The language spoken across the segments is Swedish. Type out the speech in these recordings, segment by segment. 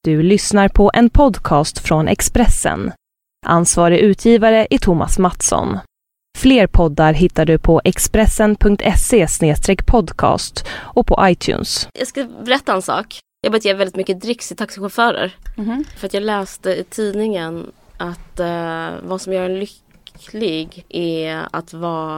Du lyssnar på en podcast från Expressen. Ansvarig utgivare är Thomas Mattsson. Fler poddar hittar du på expressen.se/podcast och på iTunes. Jag ska berätta en sak. Jag ger väldigt mycket dricks till taxichaufförer. För att jag läste i tidningen att vad som gör en lycklig är att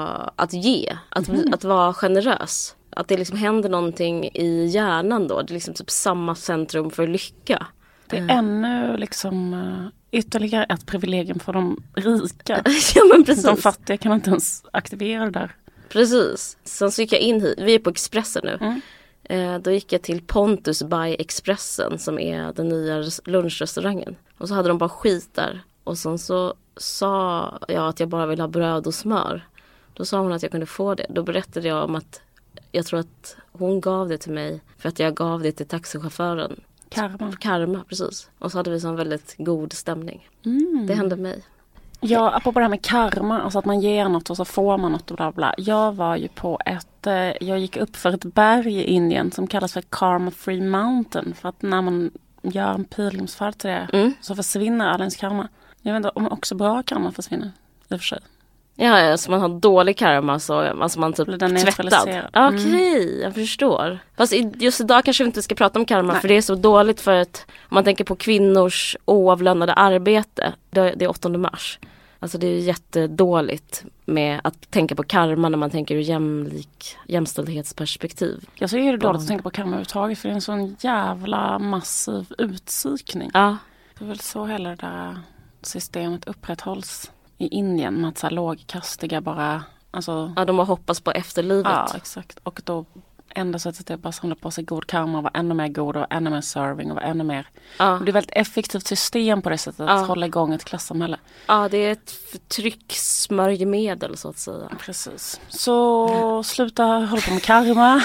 ge. Att vara generös. Att det liksom händer någonting i hjärnan då. Det är liksom typ samma centrum för lycka. Det är ännu liksom ytterligare ett privilegium för de rika. Ja, men precis. De fattiga kan inte ens aktivera det där. Precis. Sen så gick jag in hit. Vi är på Expressen nu. Då gick jag till Pontus by Expressen som är den nya lunchrestaurangen. Och så hade de bara skit där. Och sen så sa jag att jag bara vill ha bröd och smör. Då sa hon att jag kunde få det. Då berättade jag om att jag tror att hon gav det till mig för att jag gav det till taxichauffören. Karma, precis. Och så hade vi en väldigt god stämning. Det hände mig. Ja, apropå det här med karma, alltså att man ger något och så får man något och bla bla. Jag var ju på jag gick upp för ett berg i Indien som kallas för Karma Free Mountain. För att när man gör en pilgrimsfärd till det så försvinner all ens karma. Jag vet inte om också bra karma försvinner, i och för sig. Ja, så man har dålig karma så alltså man typ tvättad. Okej, jag förstår. Fast just idag kanske vi inte ska prata om karma. För det är så dåligt för att om man tänker på kvinnors oavlönade arbete. Det är 8 mars. Alltså det är jättedåligt med att tänka på karma när man tänker ur jämställdhetsperspektiv. Jag så är det dåligt att tänka på karma överhuvudtaget för det är en sån jävla massiv utsykning. Ja. Det är väl så hela det där systemet upprätthålls i Indien med att så här lågkastiga bara... Alltså, ja, de har hoppats på efterlivet. Ja, exakt. Och då enda sättet är bara att samla på sig god karma och vara ännu mer god och ännu mer serving och vara ännu mer... Ja. Och det är ett väldigt effektivt system på det sättet att hålla igång ett klassamhälle. Ja, det är ett förtrycksmörjmedel så att säga. Precis. Så sluta hålla på med karma.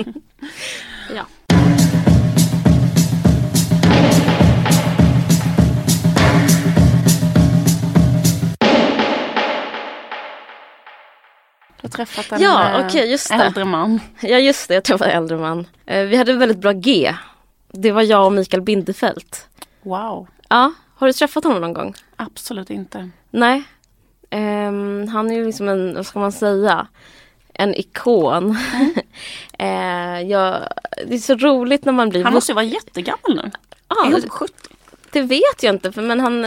Ja. Du har träffat en äldre man. Ja, just det. Jag träffade en äldre man. Vi hade en väldigt bra G. Det var jag och Mikael Bindefeld. Wow. Ja, har du träffat honom någon gång? Absolut inte. Nej. Han är ju liksom vad ska man säga? En ikon. Det är så roligt när man blir... Han måste ju vara jättegammal nu. Ja, 70. Det vet jag inte, men han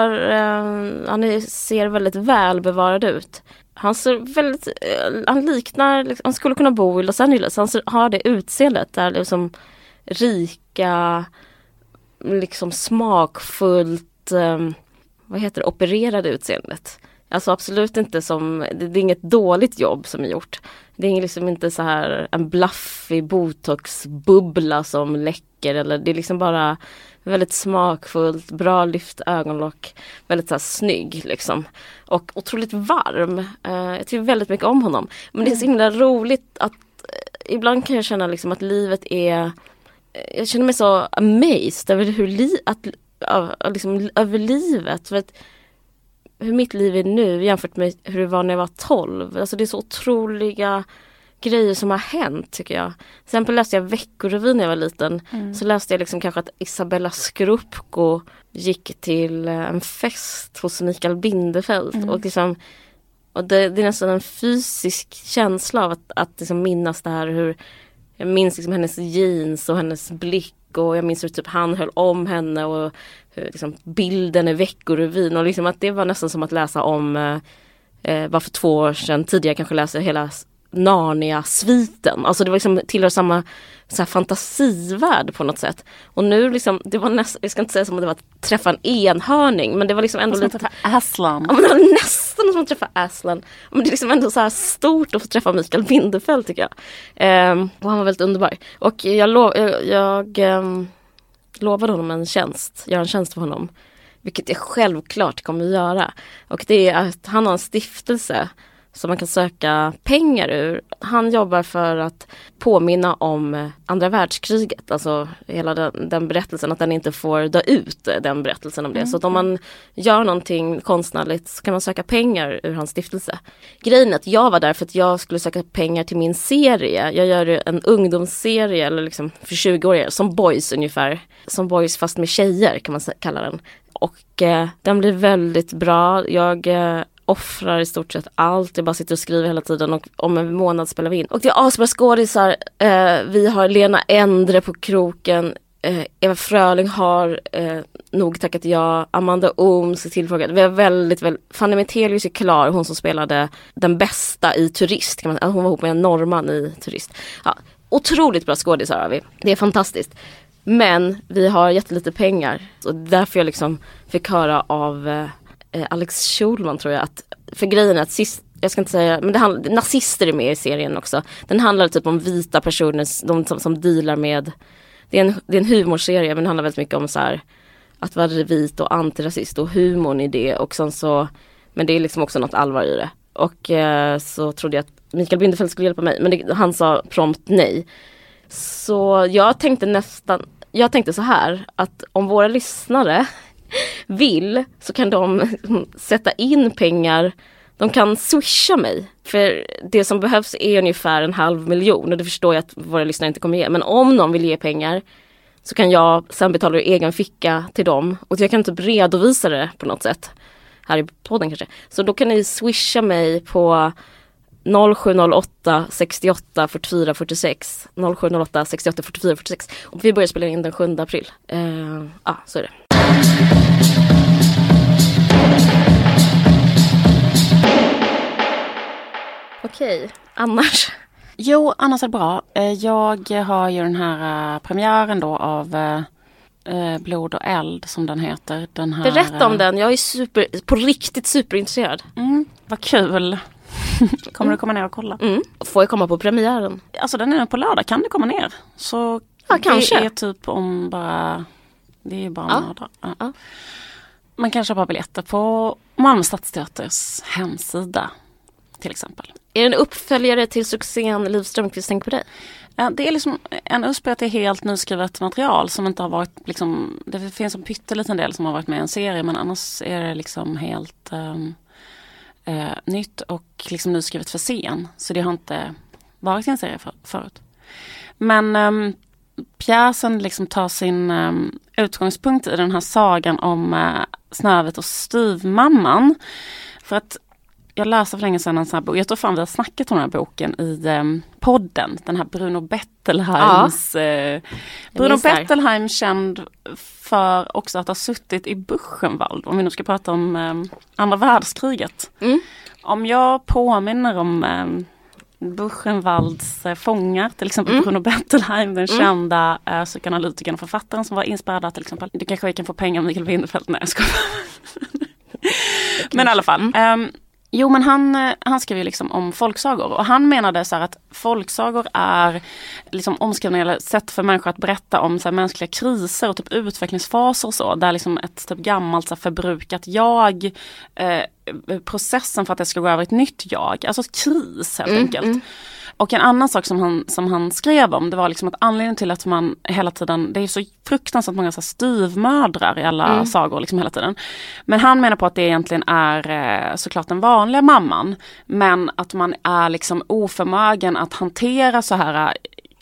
ser väldigt välbevarad ut. Han liknar, han skulle kunna bo i Los Angeles. Han har det utseendet där liksom rika, liksom smakfullt, opererade utseendet. Alltså absolut inte som, det är inget dåligt jobb som är gjort. Det är liksom inte så här en bluffig botoxbubbla som läcker eller det är liksom bara väldigt smakfullt, bra lyft ögonlock, väldigt så här snygg liksom. Och otroligt varm. Jag tycker väldigt mycket om honom. Men det är så himla roligt att ibland kan jag känna liksom att livet är... Jag känner mig så amazed över över livet. För att hur mitt liv är nu jämfört med hur det var när jag var 12. Alltså det är så otroliga grejer som har hänt tycker jag. Till exempel läste jag Veckorevyn när jag var liten. Så läste jag liksom kanske att Isabella Skrupko gick till en fest hos Mikael Bindefeld. Och det är nästan en fysisk känsla av att liksom minnas det här. Hur jag minns liksom hennes jeans och hennes blick. Och jag minns hur typ han höll om henne och hur, liksom, bilden i Veckorevyn. Och liksom att det var nästan som att läsa om bara för 2 år sedan tidigare kanske läsa hela Narnia-sviten. Alltså det var liksom tillhör samma så här fantasivärld på något sätt. Och nu liksom, det var nästan, jag ska inte säga som att det var att träffa en enhörning, men det var liksom ändå som lite... att träffa Aslan. Ja, men det var nästan som att träffa Aslan. Men det är liksom ändå så här stort att få träffa Mikael Bindefeld tycker jag. Och han var väldigt underbar. Och jag lovade honom göra en tjänst för honom. Vilket jag självklart kommer att göra. Och det är att han har en stiftelse som man kan söka pengar ur. Han jobbar för att påminna om andra världskriget, alltså hela den berättelsen, att den inte får dö ut, den berättelsen om det. Så att om man gör någonting konstnärligt så kan man söka pengar ur hans stiftelse. Grejen är att jag var där för att jag skulle söka pengar till min serie. Jag gör en ungdomsserie, eller liksom för 20-åringar, som Boys ungefär. Som Boys fast med tjejer kan man kalla den. Och den blir väldigt bra. Jag offrar i stort sett allt. Jag bara sitter och skriver hela tiden och om en månad spelar vi in. Och det är asbra skådisar. Vi har Lena Endre på kroken. Eva Fröling har nog tackat ja. Amanda Ooms är tillfrågad. Vi har väldigt Fanny Metelius är klar. Hon som spelade den bästa i Turist. Hon var ihop med en norrman i Turist. Ja, otroligt bra skådisar har vi. Det är fantastiskt. Men vi har jättelite pengar. Och därför jag liksom fick höra av Alex Schulman, tror jag, att för grejen är att jag ska inte säga, men nazister är med i serien också. Den handlar typ om vita personer, de som dealar med, det är en humorserie, men det handlar väldigt mycket om så här, att vara vit och antirasist och humorn i det, och sen så, men det är liksom också något allvar i det. Och så trodde jag att Mikael Bindefeld skulle hjälpa mig, men han sa prompt nej. Så jag tänkte så här, att om våra lyssnare vill, så kan de sätta in pengar. De kan swisha mig. För det som behövs är ungefär 500 000. Och det förstår jag att våra lyssnare inte kommer ge. Men om någon vill ge pengar, så kan jag sen betala ur egen ficka till dem. Och jag kan typ redovisa det på något sätt. Här i podden kanske. Så då kan ni swisha mig på 0708 68 44 46. 0708 68 44 46. Och vi börjar spela in den 7 april. Så är det. Okej, annars? Jo, annars är det bra. Jag har ju den här premiären då av Blod och eld, som den heter. Den här, berätta om den, jag är på riktigt superintresserad. Vad kul. Kommer du komma ner och kolla? Får jag komma på premiären? Alltså den är på lördag, kan du komma ner? Så ja, det kanske. Är typ om bara, det är bara några dagar. Ja. Man kan köpa biljetter på Malmö Stadsteaters hemsida till exempel. Är det en uppföljare till succén Liv Strömquist, tänk på dig? Det är liksom en uppspel till helt nyskrivet material som inte har varit liksom, det finns en pytteliten del som har varit med i en serie, men annars är det liksom helt nytt och liksom nyskrivet för scen. Så det har inte varit i en serie förut. Men pjäsen liksom tar sin utgångspunkt i den här sagan om Snövit och styvmamman. För att jag läste för länge sedan en sån här bok. Jag tror fan vi har snackat om den här boken i podden. Den här Bruno Bettelheims. Bruno Bettelheim känd för också att ha suttit i Buchenwald. Om vi nu ska prata om andra världskriget. Om jag påminner om Buchenwalds fångar, till exempel Bruno Bettelheim, den kända psykoanalytikern och författaren som var inspirerad till exempel. Du kanske kan få pengar av Mikael Bindefeld. Nej, jag skojar. Men i alla fall. Jo, men han skrev ju liksom om folksagor, och han menade så här att folksagor är liksom omskrivningar eller sätt för människor att berätta om så här mänskliga kriser och typ utvecklingsfaser och så, där liksom ett typ gammalt så här förbrukat jag, processen för att det ska gå över ett nytt jag, alltså ett kris helt enkelt. Och en annan sak som han skrev om, det var liksom att anledningen till att man hela tiden, det är så fruktansvärt många så här styvmödrar i alla sagor liksom hela tiden. Men han menar på att det egentligen är såklart den vanliga mamman, men att man är liksom oförmögen att hantera så här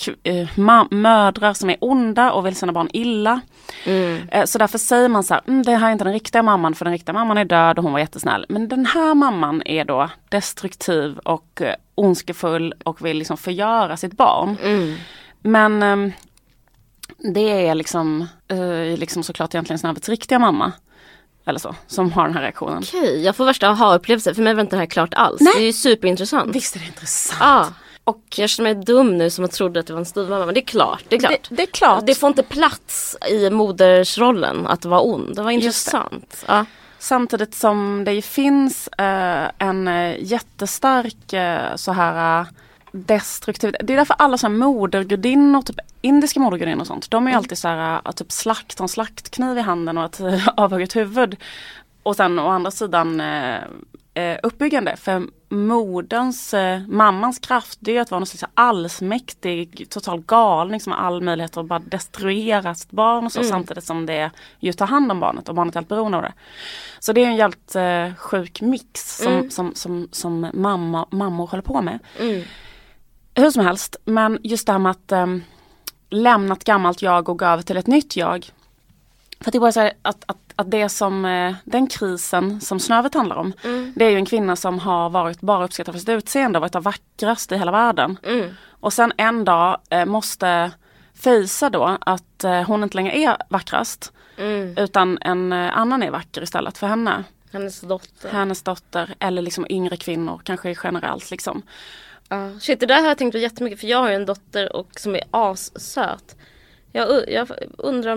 mödrar som är onda och vill sina barn illa. Så därför säger man så här, det här är inte den riktiga mamman, för den riktiga mamman är död och hon var jättesnäll. Men den här mamman är då destruktiv och ondskefull och vill liksom förgöra sitt barn. Men det är liksom såklart egentligen Snövits riktiga mamma. Eller så, som har den här reaktionen. Okej, jag får värsta aha-upplevelse. För mig var inte det här klart alls. Nej. Det är ju superintressant. Visst är det intressant. Och jag känner mig dum nu som jag trodde att det var en styvmamma. Men det är klart. Det är klart. Det får inte plats i modersrollen att vara ond. Det var intressant. Ja. Samtidigt som det finns en jättestark så här destruktiv. Det är därför alla så här modergudinnor, typ indiska modergudinnor och sånt. De är ju alltid så här typ en slaktkniv i handen och ett avhugget huvud. Och sen å andra sidan uppbyggande. För mammans kraft, det är att vara någon slags allsmäktig, total galning som har all möjlighet att bara destruera sitt barn och så, samtidigt som det ju tar hand om barnet och barnet är helt beroende av det. Så det är en jävligt sjuk mix som mammor håller på med. Hur som helst, men just det här med att lämna ett gammalt jag och gå över till ett nytt jag. För att det är bara så här, att det som den krisen som Snövit handlar om, det är ju en kvinna som har varit bara uppskattad för sitt utseende och varit av vackrast i hela världen. Och sen en dag måste fejsa då att hon inte längre är vackrast, utan en annan är vacker istället för henne. Hennes dotter eller liksom yngre kvinnor, kanske generellt liksom. Shit, det där har jag tänkt på jättemycket, för jag har ju en dotter och som är assöt. Jag undrar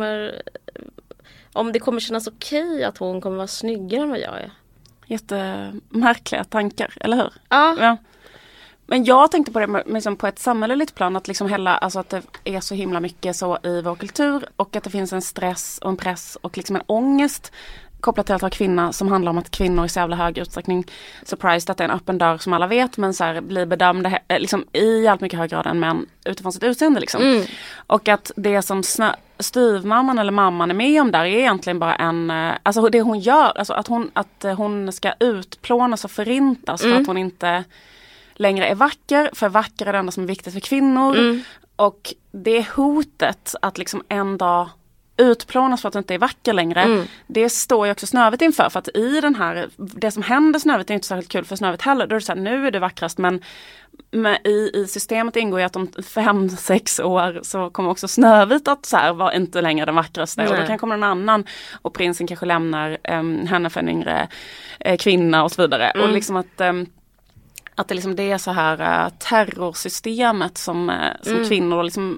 om det kommer kännas okej att hon kommer vara snyggare än vad jag är. Jättemärkliga tankar, eller hur? Ja. Men jag tänkte på det liksom på ett samhälleligt plan, att liksom alltså att det är så himla mycket så i vår kultur, och att det finns en stress och en press och liksom en ångest kopplat till att vara kvinna, som handlar om att kvinnor i så jävla hög utsträckning, surprised att det är en öppen dörr som alla vet, men så här blir bedömda liksom i allt mycket högre grad än män utifrån sitt utseende liksom. Och att det som styvmamman eller mamman är med om där är egentligen bara alltså det hon gör, alltså att hon ska utplånas och förintas för att hon inte längre är vacker, för vacker är det enda som är viktigt för kvinnor. Och det hotet att liksom en dag utplånas för att det inte är vacker längre, det står ju också Snövit inför, för att i den här, det som händer Snövit är inte särskilt kul för Snövit heller. Då är det så här, nu är det vackrast, men i systemet ingår ju att om 5-6 år så kommer också Snövit att så här vara inte längre den vackraste. Och då kan komma en annan, och prinsen kanske lämnar henne för en yngre kvinna och så vidare. Och liksom att det, liksom, det är så här terrorsystemet som kvinnor liksom,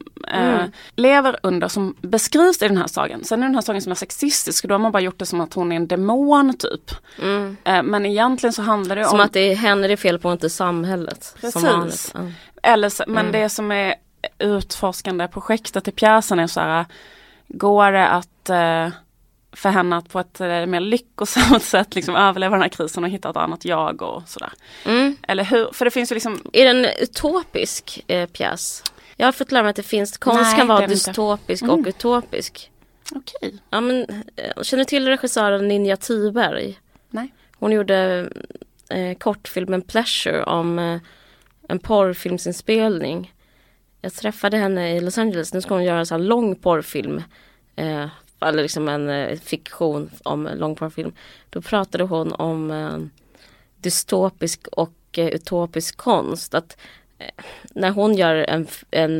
lever under, som beskrivs i den här sagan. Sen är den här sagan som är sexistisk, då har man bara gjort det som att hon är en demon typ. Men egentligen så handlar det om... Som att det är henne det är fel på, inte samhället. Precis. Men det som är utforskande projektet i pjäsen är så här, går det att... för henne att på ett mer lyckosamt sätt liksom överleva den här krisen och hitta ett annat jag och sådär. Eller hur? För det finns ju liksom... Är det en utopisk pjäs? Jag har fått lära mig att det finns... Konst kan vara dystopisk och utopisk. Okej. Ja, men känner du till regissören Ninja Thyberg? Nej. Hon gjorde kortfilmen Pleasure om en porrfilmsinspelning. Jag träffade henne i Los Angeles. Nu ska hon göra en sån här lång porrfilm. Eller liksom en fiktion om lång porrfilm. Då pratade hon om dystopisk och utopisk konst. Att när hon gör en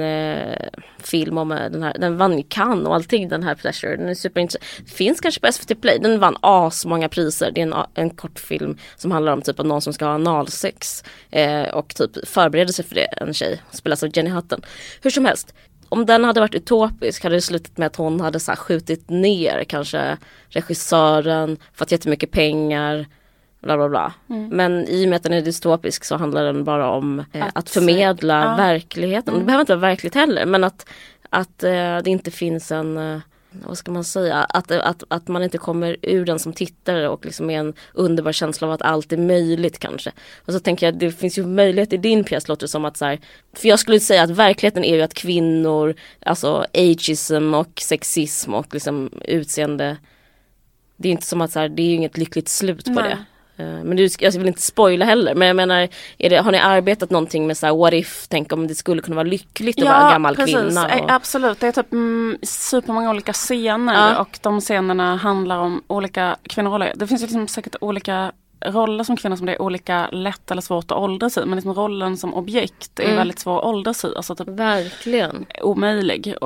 film om den här, den vann Cannes och allting, den här Pleasure, den är superintressant. Finns kanske på SVT Play. Den vann många priser. Det är en kortfilm som handlar om typ av någon som ska ha analsex och typ förbereder sig för det, en tjej spelas av Jenny Hutton. Hur som helst, om den hade varit utopisk hade det slutat med att hon hade så här skjutit ner kanske regissören, fått jättemycket pengar, bla bla bla. Men i och med att den är dystopisk så handlar den bara om att förmedla verkligheten. Det behöver inte vara verkligt heller, men att det inte finns en, vad ska man säga, att man inte kommer ur den som tittare och liksom är en underbar känsla av att allt är möjligt kanske. Och så tänker jag, det finns ju möjlighet i din pjäs, låter det som att så här, för jag skulle säga att verkligheten är ju att kvinnor, alltså ageism och sexism och liksom utseende, det är inte som att så här, det är ju inget lyckligt slut på det. Men jag vill inte spoila heller, men jag menar, har ni arbetat någonting med så här, what if, tänk om det skulle kunna vara lyckligt att vara en gammal kvinna? Ja, absolut. Det är typ supermånga olika scener och de scenerna handlar om olika kvinnoroller. Det finns liksom säkert olika roller som kvinnor som det är olika lätt eller svårt att åldras i, men liksom rollen som objekt är väldigt svår att åldras i. Alltså typ verkligen omöjlig.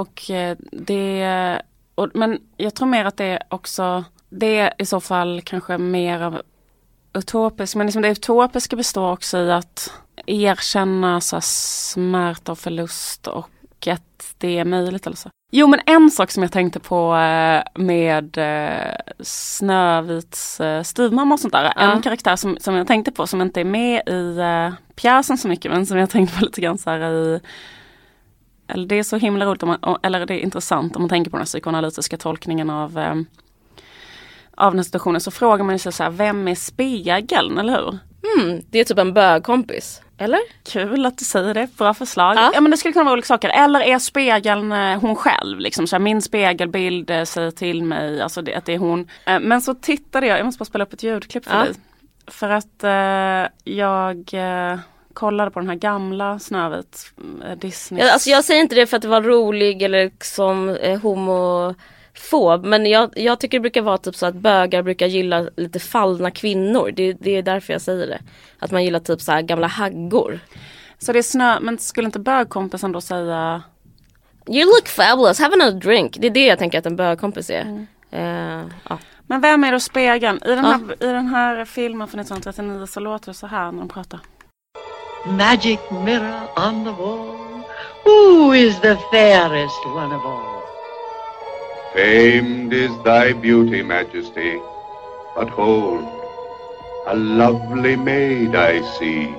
Men jag tror mer att det också, det är i så fall kanske mer av utopiskt, men liksom det utopiska består också i att erkänna så här smärta och förlust och att det är möjligt eller så. Jo, men en sak som jag tänkte på med Snövits styvmamma och sånt där, en karaktär som jag tänkte på som inte är med i pjäsen så mycket, men som jag tänkte på lite grann så här eller det är så himla roligt eller det är intressant om man tänker på den här psykoanalytiska tolkningen av den här situationen, så frågar man sig så här, vem är spegeln, eller hur? Det är typ en bögkompis. Eller? Kul att du säger det. Bra förslag. Ja, men det skulle kunna vara olika saker. Eller är spegeln hon själv? Liksom, så här, min spegelbild säger till mig att det är hon. Men så tittade jag måste bara spela upp ett ljudklipp för dig. För att jag kollade på den här gamla Snövit Disney. Ja, alltså jag säger inte det för att det var rolig eller som homofob. Men jag tycker det brukar vara typ så att bögar brukar gilla lite fallna kvinnor. Det är därför jag säger det. Att man gillar typ så här gamla haggor. Så det är men skulle inte bögkompisen då säga... You look fabulous, have another drink. Det är det jag tänker att en bögkompis är. Ja. Men vem är då spegeln? I den här filmen från 1939 så låter det så här när de pratar. Magic mirror on the wall, who is the fairest one of all? Famed is thy beauty, Majesty, but hold, a lovely maid I see.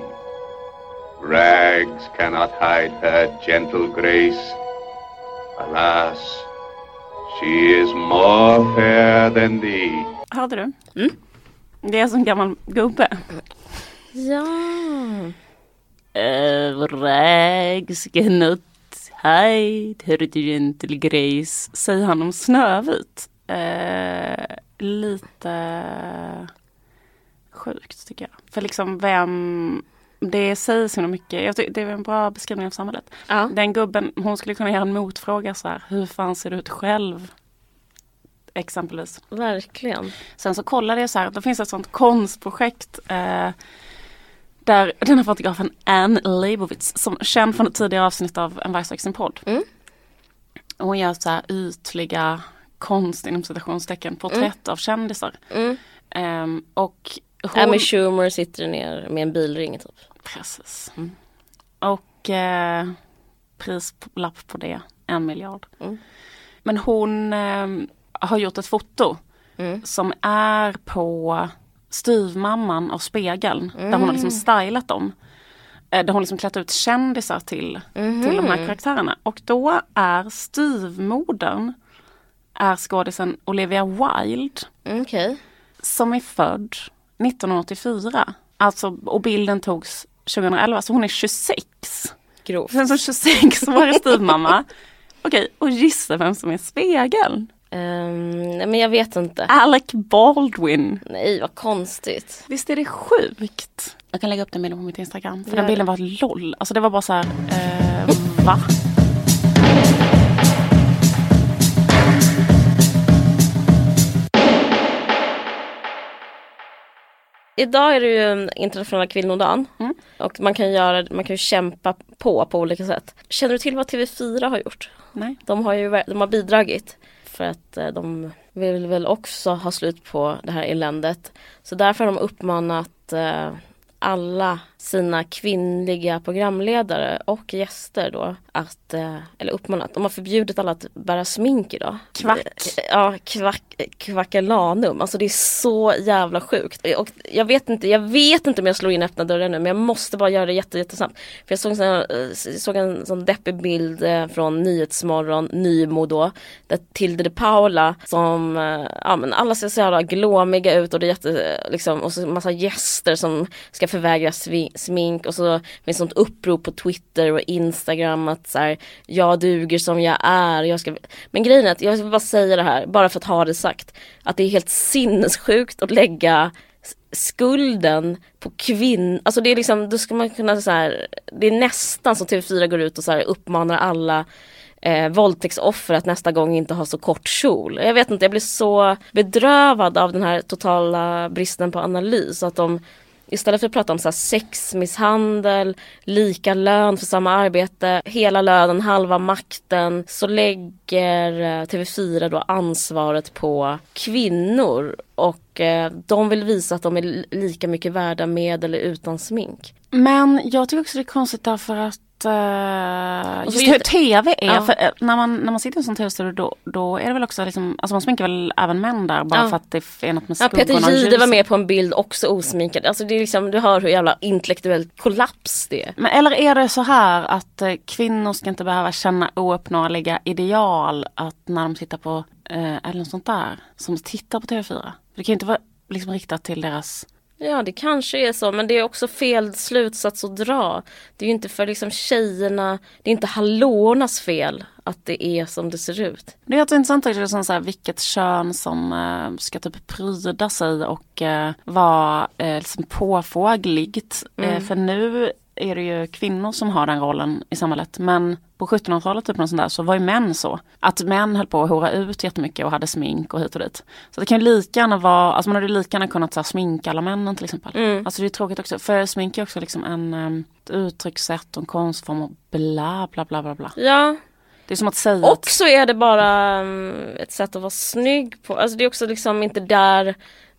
Rags cannot hide her gentle grace. Alas, she is more fair than thee. Hörde du? Det är som gammal gubbe. Ja. Rags cannot hide her gentle grace, säger han om Snövit. Lite sjukt tycker jag. För liksom det säger så mycket. Jag tycker det är en bra beskrivning av samhället. Ja. Den gubben, hon skulle kunna göra en motfråga så här. Hur fan ser du ut själv? Exempelvis. Verkligen. Sen så kollade jag så här. Det finns ett sånt konstprojekt där den här fotografen Anne Leibovitz, som känd från ett tidigare avsnitt av En varg sin podd. Hon gör så här ytliga konst inom citationstecken porträtt av kändisar. Och Amy Schumer sitter ner med en bilring typ. Precis. Och prislapp på det 1 miljard. Men hon har gjort ett foto som är på styvmamman av Spegeln. Där hon har liksom stylat dem. Där hon liksom klätt ut kändisar till de här karaktärerna. Och då är styvmodern skådisen Olivia Wilde. Som är född 1984. Alltså, och bilden togs 2011. Så hon är 26. Grovt. Sen som 26 var det styvmamma. Okej, och gissa vem som är Spegeln? Men jag vet inte. Alec Baldwin. Nej, vad konstigt. Visst är det sjukt? Jag kan lägga upp den bilden på mitt Instagram. För den bilden var LOL. Alltså det var bara så här, va? Idag är det ju internationella kvinnodagen. Och man kan ju kämpa på olika sätt. Känner du till vad TV4 har gjort? Nej. De har bidragit för att de vill väl också ha slut på det här eländet. Så därför har de uppmanat alla sina kvinnliga programledare och gäster då att, eller uppmanat, de har förbjudit alla att bära smink idag. Kvackelanum. Alltså det är så jävla sjukt. Och jag vet inte om jag slår in öppna dörrar nu, men jag måste bara göra det jättesnabbt. För jag såg en sån deppig bild från Nyhetsmorgon, Nymo då, där Tilde de Paula som, men alla ser så jävla glåmiga ut och det är liksom, och så massa gäster som ska förvägras smink, och så finns sånt upprop på Twitter och Instagram att så här, jag duger som jag är. Men grejen är att jag vill bara säga det här, bara för att ha det sagt, att det är helt sinnessjukt att lägga skulden på alltså det är liksom, då ska man kunna så här, det är nästan som TV4 går ut och så här uppmanar alla våldtäktsoffer att nästa gång inte ha så kort kjol. Jag vet inte, jag blir så bedrövad av den här totala bristen på analys, att de istället för att prata om så här sexmisshandel, lika lön för samma arbete, hela lönen, halva makten, så lägger TV4 då ansvaret på kvinnor, och de vill visa att de är lika mycket värda med eller utan smink. Men jag tycker också det är konstigt därför att just hur tv är, för när man sitter i en sån tv-studio då är det väl också liksom, alltså man sminkar väl även män där bara för att det är något med skuggorna. Peter Jihde var med på en bild också osminkad. Alltså det är liksom, du hör hur jävla intellektuellt kollaps det är. Men eller är det så här att kvinnor ska inte behöva känna ouppnåeliga ideal att när de tittar på eller något sånt där som tittar på TV4. Det kan ju inte vara liksom riktat till deras Ja, det kanske är så, men det är också fel slutsats att dra. Det är ju inte för liksom tjejerna, det är inte hallåornas fel att det är som det ser ut. Det är intressant att så här, vilket kön som ska typ pryda sig och vara liksom påfågligt. För nu är det ju kvinnor som har den rollen i samhället, men på 1700-talet typ sånt där, så var ju män så. Att män höll på att hora ut jättemycket och hade smink och hit och dit. Så det kan ju lika gärna vara, alltså man hade lika gärna kunnat så här, sminka alla männen till exempel. Alltså det är tråkigt också, för smink är också liksom ett uttryckssätt och en konstform och bla bla bla bla bla. Ja. Det är som att säga och så är det bara ett sätt att vara snygg på. Alltså det är också liksom inte där.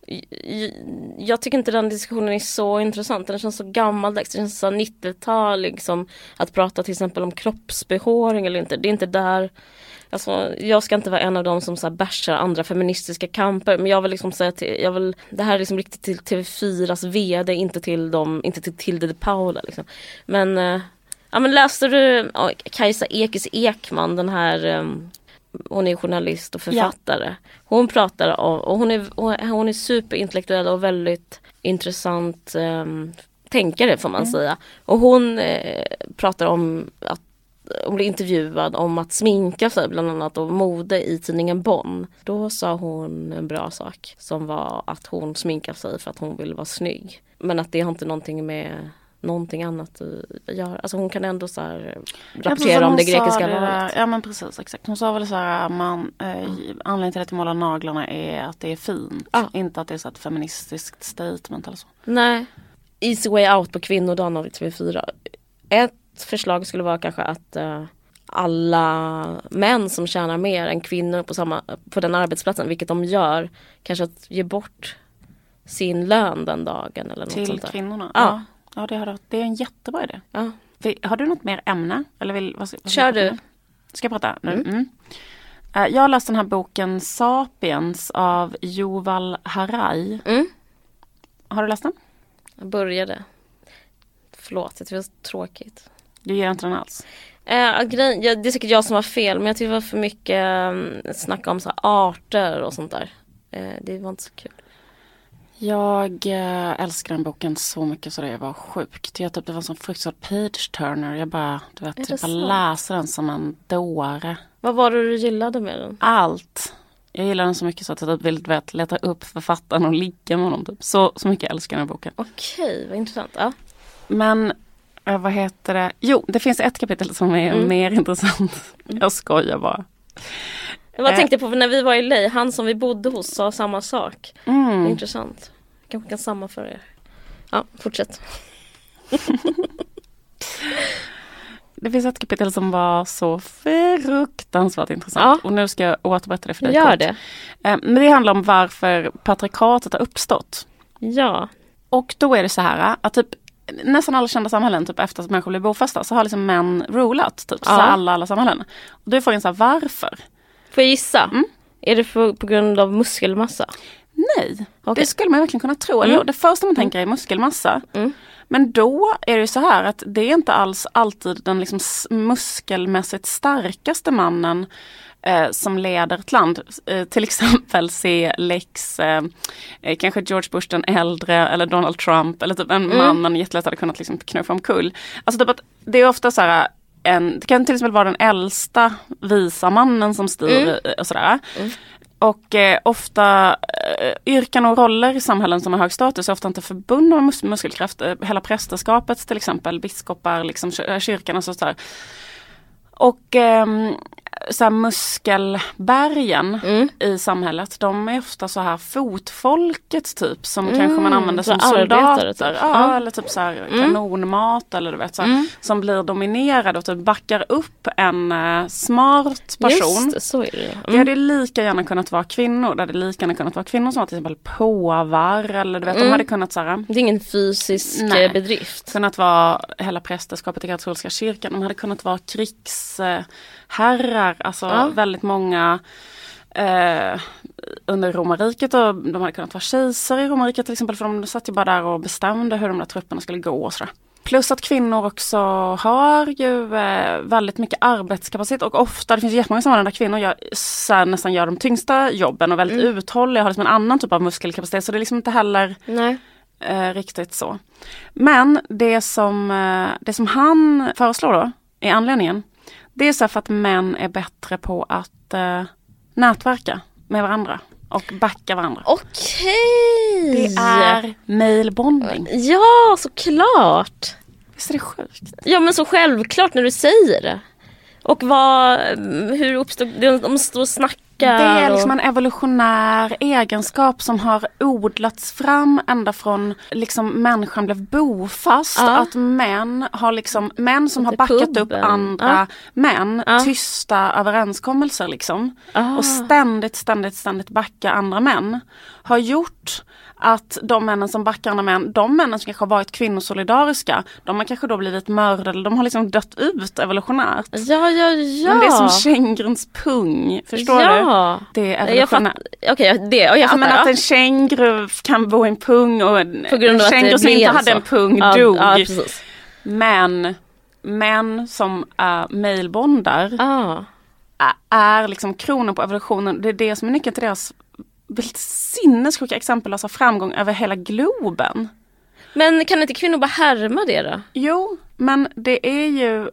Jag tycker inte den diskussionen är så intressant. Den känns så gammaldags. Det känns så 90-tal liksom, att prata till exempel om kroppsbehåring eller inte. Det är inte där. Alltså, jag ska inte vara en av dem som så här bärsar andra feministiska kamper, men jag vill liksom säga till, det här är liksom riktigt till TV4s vd, inte till Tilde de Paula liksom. Men ja, men läste du Kajsa Ekis Ekman, den här hon är journalist och författare. Ja. Hon pratar om, och hon är superintellektuell och väldigt intressant tänkare får man säga. Och hon pratar om att hon blev intervjuad om att sminka sig bland annat och mode i tidningen Bonn. Då sa hon en bra sak som var att hon sminkar sig för att hon vill vara snygg. Men att det har inte någonting med någonting annat att göra. Alltså hon kan ändå så här rapportera om det grekiska valet. Ja men precis, exakt. Hon sa väl så här, anledningen till att jag målar naglarna är att det är fint. Inte att det är så ett feministiskt statement eller så. Nej. Easy way out på kvinnodagen av TV4. Ett förslag skulle vara kanske att alla män som tjänar mer än kvinnor på den arbetsplatsen, vilket de gör, kanske att ge bort sin lön den dagen eller något till sånt där. Kvinnorna? Ja. Ja, det är en jättebra idé. Ja. Har du något mer ämne? Eller vad kör du. Ska jag prata nu? Jag har läst den här boken Sapiens av Yuval Harari. Har du läst den? Jag började. Förlåt, jag tycker det var tråkigt. Du ger inte den alls? Det är säkert jag som har fel, men jag tycker det var för mycket snack om så här arter och sånt där. Det var inte så kul. Jag älskar den boken så mycket så det var sjukt. Det var en sån fruktansvärd page-turner. Jag bara läser den som en dåre. Vad var det du gillade med den? Allt. Jag gillar den så mycket så att jag vill leta upp författaren och ligga med honom. Typ. Så mycket älskar den här boken. Okej, vad intressant. Ja. Men vad heter det? Jo, det finns ett kapitel som är mer intressant. Jag skojar bara. Jag tänkte på när vi var i LA, han som vi bodde hos sa samma sak. Det är intressant. Kanske kan sammanföra er. Ja, fortsätt. Det finns ett kapitel som var så fruktansvärt intressant. Ja. Och nu ska jag återberätta det för dig. Gör det. Men det handlar om varför patriarkatet har uppstått. Ja. Och då är det så här att typ nästan alla kända samhällen typ efter att människor blir bofasta så har liksom män rulat typ så alla samhällen. Och då är frågan så här, varför? Får jag gissa? Är det på grund av muskelmassa? Nej, det skulle man verkligen kunna tro. Eller det första man tänker är muskelmassa. Men då är det ju så här att det är inte alls alltid den liksom muskelmässigt starkaste mannen som leder ett land. Till exempel se Lex, kanske George Bush den äldre eller Donald Trump eller typ en man man jättelätt hade kunnat liksom knuffa omkull. Alltså typ att det är ofta så här det kan till exempel vara den äldsta visa mannen som styr och sådär. Och ofta yrken och roller i samhällen som har hög status är ofta inte förbundna med muskelkraft. Hela prästerskapet till exempel, biskopar, liksom, kyrkan och sådär. Och så här muskelbergen i samhället, de är ofta så här fotfolket typ som kanske man använder som soldater typ. Ja, eller typ så här kanonmat eller du vet så här, som blir dominerade och typ backar upp en smart person. Just, så är det. Det hade lika gärna kunnat vara kvinnor. Det hade lika gärna kunnat vara kvinnor som var till exempel påvar eller du vet, de hade kunnat så här, det är ingen fysisk bedrift. Kunnat vara hela prästerskapet i katolska kyrkan. De hade kunnat vara krigsherrar. Alltså väldigt många under romarriket, och de hade kunnat vara kejsare i romarriket till exempel, för de satt ju bara där och bestämde hur de där trupperna skulle gå och sådär. Plus att kvinnor också har ju väldigt mycket arbetskapacitet och ofta, det finns jättemånga sammanhang där kvinnor nästan gör de tyngsta jobben och väldigt uthålliga, har liksom en annan typ av muskelkapacitet, så det är liksom inte heller riktigt så. Men det som han föreslår då, i anledningen, det är så för att män är bättre på att nätverka med varandra och backa varandra. Okej! Det är mailbonding. Ja, såklart! Visst är det sjukt? Ja, men så självklart när du säger det. Och hur uppstod det? De står och snackar. Det är liksom en evolutionär egenskap som har odlats fram ända från liksom människan blev bofast. Att män som har backat upp andra män, tysta överenskommelser liksom. Och ständigt backa andra män har gjort att de männen som backar andra män, de männen som kanske har varit kvinnosolidariska, de har kanske då blivit mördade, de har liksom dött ut evolutionärt. Ja. Men det är som känguruns pung, förstår du? Det är evolutionärt. Jag fattar. Men att en känguru kan bo i en pung och en känguru som inte hade en pung dog. Ja, precis. Men män som mailbondar är liksom kronan på evolutionen. Det är det som är nyckeln till deras väldigt sinnessjuka exempel, alltså framgång över hela globen. Men kan inte kvinnor bara härma det då? Jo, men det är ju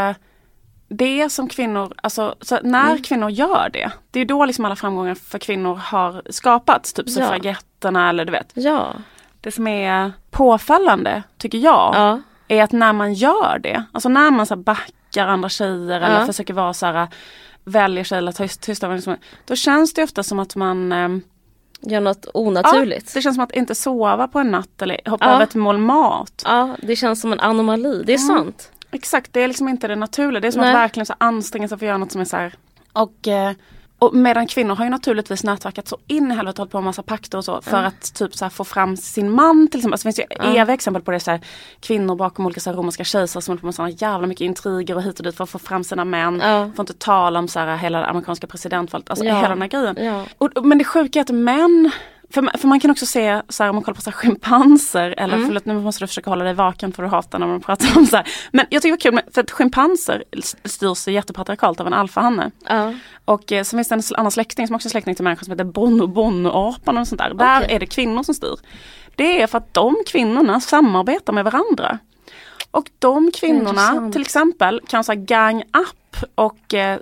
det som kvinnor, alltså så när kvinnor gör det, det är då liksom alla framgångar för kvinnor har skapats, typ suffragetterna eller du vet. Ja. Det som är påfallande, tycker jag, är att när man gör det, alltså när man så här backar andra tjejer eller försöker vara så här, väljer sig eller tysta, då känns det ofta som att man gör något onaturligt. Ja, det känns som att inte sova på en natt eller hoppa över ett mål mat. Ja, det känns som en anomali. Det är sant. Exakt, det är liksom inte det naturliga. Det är som att verkligen så anstränga sig för att göra något som är så här. Och medan kvinnor har ju naturligtvis nätverkat så in i helvete, hållit på en massa pakter och så för att typ så här få fram sin man till exempel. Alltså, det finns ju eviga exempel på det, så här, kvinnor bakom olika så här, romerska kejsare som håller på med sådana jävla mycket intriger och hit och dit för att få fram sina män. Får inte tala om så här, hela det amerikanska presidentvalet, alltså hela den här grejen. Ja. Men det sjuka är att män, för man kan också se så här, om man kollar på så här, schimpanser eller förlåt, nu måste du försöka hålla dig vaken för att hata när man pratar om så här. Men jag tycker det var kul, för att schimpanser styrs jättepatriarkalt av en alfahanne. Och så finns det en annan släkting som också är släkting till människor som heter bono-apan och sånt där. Där är det kvinnor som styr. Det är för att de kvinnorna samarbetar med varandra. Och de kvinnorna till exempel kan så här, gang up och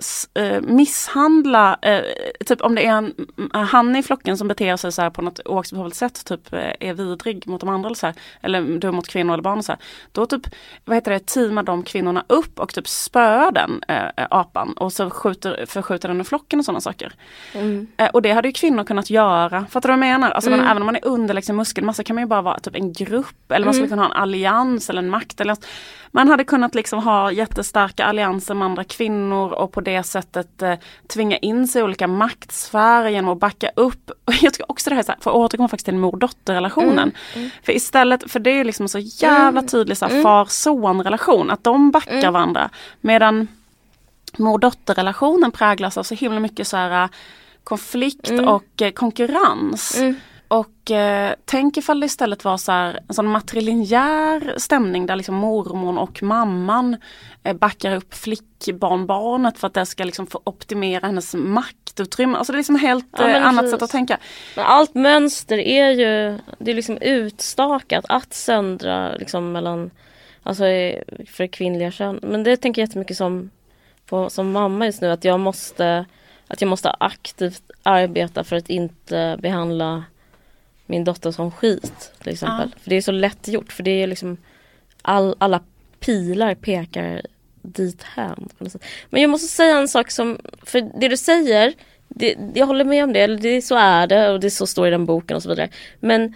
misshandla, typ om det är en han i flocken som beter sig så här på något oacceptabelt sätt, typ är vidrig mot de andra eller så här, eller dum mot kvinnor eller barn och så här, då typ, teamar de kvinnorna upp och typ spöar den apan och så förskjuter den ur flocken och sådana saker. Och det hade ju kvinnor kunnat göra, fattar du vad jag menar? Alltså även om man är under liksom muskelmassa kan man ju bara vara typ en grupp, eller man skulle kunna ha en allians eller en makt, eller man hade kunnat liksom ha jättestarka allianser med andra kvinnor och på det sättet tvinga in sig i olika maktsfärer genom att backa upp. Och jag tycker också det här, för att återkomma faktiskt till mor-dotter-relationen. För istället, för det är liksom så jävla tydlig så här, far-son-relation, att de backar varandra. Medan mor-dotter-relationen präglas av så himla mycket så här, konflikt och konkurrens. Och tänk ifall det istället var så här, en sån matrilinjär stämning där liksom mormor och mamman backar upp flickbarnbarnet för att det ska liksom få optimera hennes maktutrymme. Alltså det är liksom helt annat sätt att tänka. Men allt mönster är ju, det är liksom utstakat att söndra liksom mellan, alltså för kvinnliga kön. Men det tänker jag jättemycket som mamma just nu, att jag måste aktivt arbeta för att inte behandla min dotter som skit till exempel. För det är så lätt gjort. För det är liksom alla pilar pekar dit hän. Men jag måste säga en sak som, för det du säger, jag håller med om det. Så är det och det så står i den boken och så vidare. Men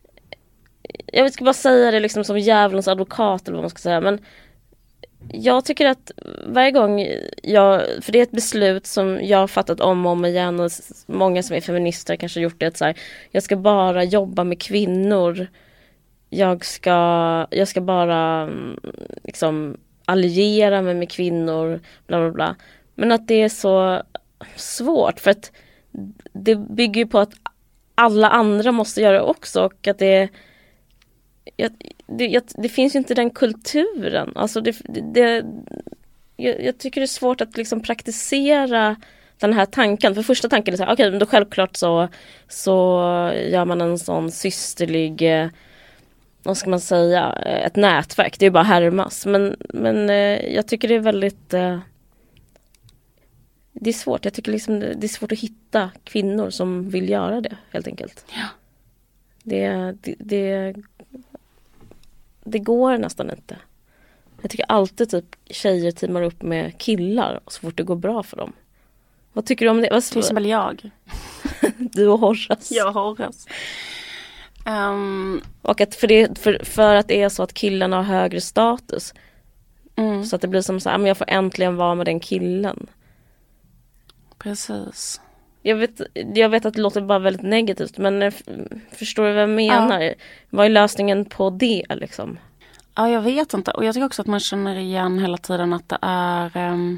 jag ska bara säga det liksom som djävulens advokat eller vad man ska säga. Men jag tycker att varje gång för det är ett beslut som jag har fattat om och om igen, och många som är feminister kanske har gjort det, så här, jag ska bara jobba med kvinnor, jag ska bara liksom alliera mig med kvinnor, bla bla bla. Men att det är så svårt för att det bygger på att alla andra måste göra det också, och att det finns ju inte den kulturen. Alltså jag tycker det är svårt att liksom praktisera den här tanken. För första tanken är så här, okej, men då självklart så gör man en sån systerlig vad ska man säga, ett nätverk. Det är bara härmas. Men jag tycker det är väldigt... det är svårt. Jag tycker liksom det är svårt att hitta kvinnor som vill göra det, helt enkelt. Ja. Det går nästan inte. Jag tycker alltid typ tjejer teamar upp med killar så fort det går bra för dem. Vad tycker du om det? Till exempel jag. Du och Horace. Jag Horace. Och att för att det är så att killarna har högre status. Så att det blir som så här, men jag får äntligen vara med den killen. Precis. Jag vet att det låter bara väldigt negativt, men förstår du vad jag menar? Ja. Vad är lösningen på det liksom? Ja, jag vet inte. Och jag tycker också att man känner igen hela tiden att det är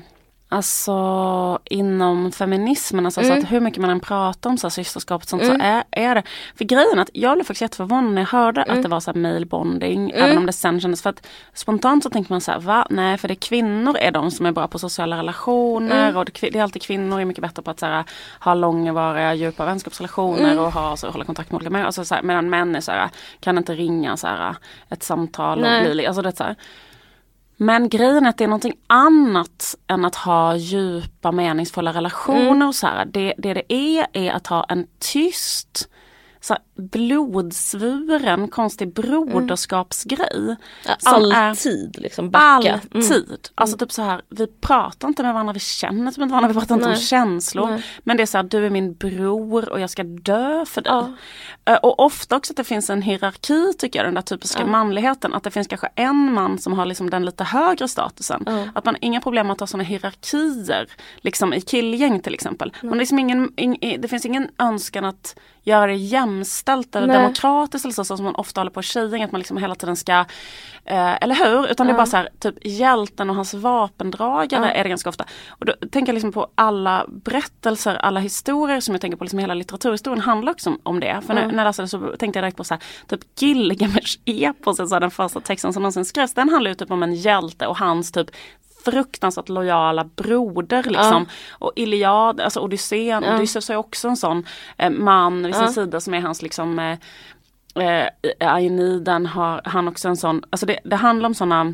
alltså inom feminismen, alltså så att hur mycket man än pratar om så här, systerskap och sånt, så är det. För grejen att jag blev faktiskt jätteförvånad när jag hörde att det var så här mailbonding, även om det sen kändes, för att spontant så tänker man så här, va? Nej, för det är kvinnor är de som är bra på sociala relationer och det är alltid kvinnor är mycket bättre på att så här, ha långvariga, djupa vänskapsrelationer och hålla kontakt med olika människor. Alltså, så här, medan män är så här, kan inte ringa så här, ett samtal och bli, alltså det är så här. Men grejen är att det är någonting annat än att ha djupa meningsfulla relationer och så här. Det är att ha en tyst, så här, blodsvuren, konstig broderskapsgrej. Alltid liksom backa. Alltid. Alltså typ så här, vi pratar inte med varandra, vi känner typ inte varandra, vi pratar inte om känslor. Nej. Men det är så här, du är min bror och jag ska dö för dig. Och ofta också att det finns en hierarki, tycker jag, den där typiska manligheten. Att det finns kanske en man som har liksom den lite högre statusen. Att man har inga problem att ha sådana hierarkier liksom i killgäng till exempel. Men liksom det finns ingen önskan att göra det jämställt eller demokratiskt eller så som man ofta håller på i tjejgäng, att man liksom hela tiden ska eller hur? Utan det är bara så här, typ hjälten och hans vapendragare är det ganska ofta. Och då tänker jag liksom på alla berättelser, alla historier som jag tänker på, liksom hela litteraturhistorien handlar också om det. För när jag läste det så tänkte jag direkt på så här, typ Gilgamesh epos, så den första texten som någonsin skrevs, den handlar ju typ om en hjälte och hans typ fruktansvärt lojala broder liksom. Och Iliad, alltså Odysseen, Odysseus är också en sån man vid sin sida som är hans liksom Aeniden har han också en sån, alltså det handlar om såna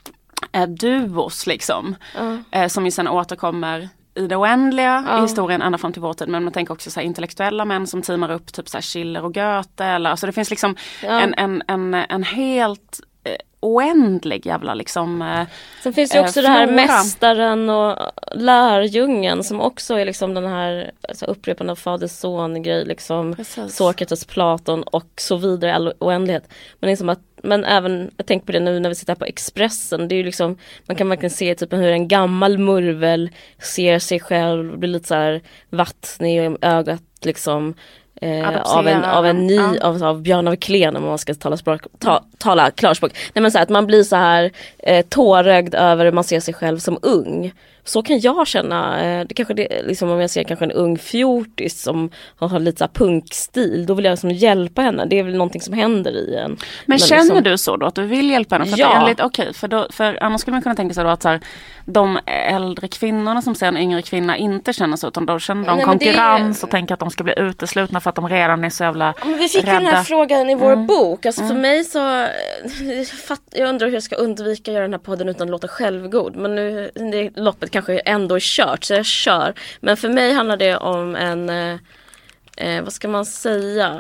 duos liksom som ju sen återkommer i det oändliga i historien ända fram till vår tid, men man tänker också så här, intellektuella män som teamar upp typ så här Schiller och Goethe, eller alltså det finns liksom en helt oändlig jävla liksom sen finns det också det här mästaren och lärjungen som också är liksom den här alltså, upprepande av fader-son grej liksom. Sokrates, Platon och så vidare, all oändlighet. Men liksom att, men även, jag tänker på det nu när vi sitter här på Expressen, det är ju liksom, man kan verkligen se typ hur en gammal murvel ser sig själv, blir lite så här vattnig i ögat liksom. Av Björn av Klen, om man ska tala klarspråk. Nej, men så här, att man blir så här tårögd över man ser sig själv som ung. Så kan jag känna, det kanske det, liksom om jag ser kanske en ung fjortis som har lite så här punkstil, då vill jag liksom hjälpa henne. Det är väl någonting som händer i en. Men känner liksom, du så då att du vill hjälpa henne? För för annars skulle man kunna tänka sig då att så här, de äldre kvinnorna som ser en yngre kvinna inte känner så, utan då känner de konkurrens och tänker att de ska bli uteslutna för att de redan är så jävla men vi fick rädda. Den här frågan i vår bok. Alltså för mig så jag undrar hur jag ska undvika att göra den här podden utan att låta självgod. Men nu det loppet kanske ändå är kört, så jag kör. Men för mig handlar det om en vad ska man säga,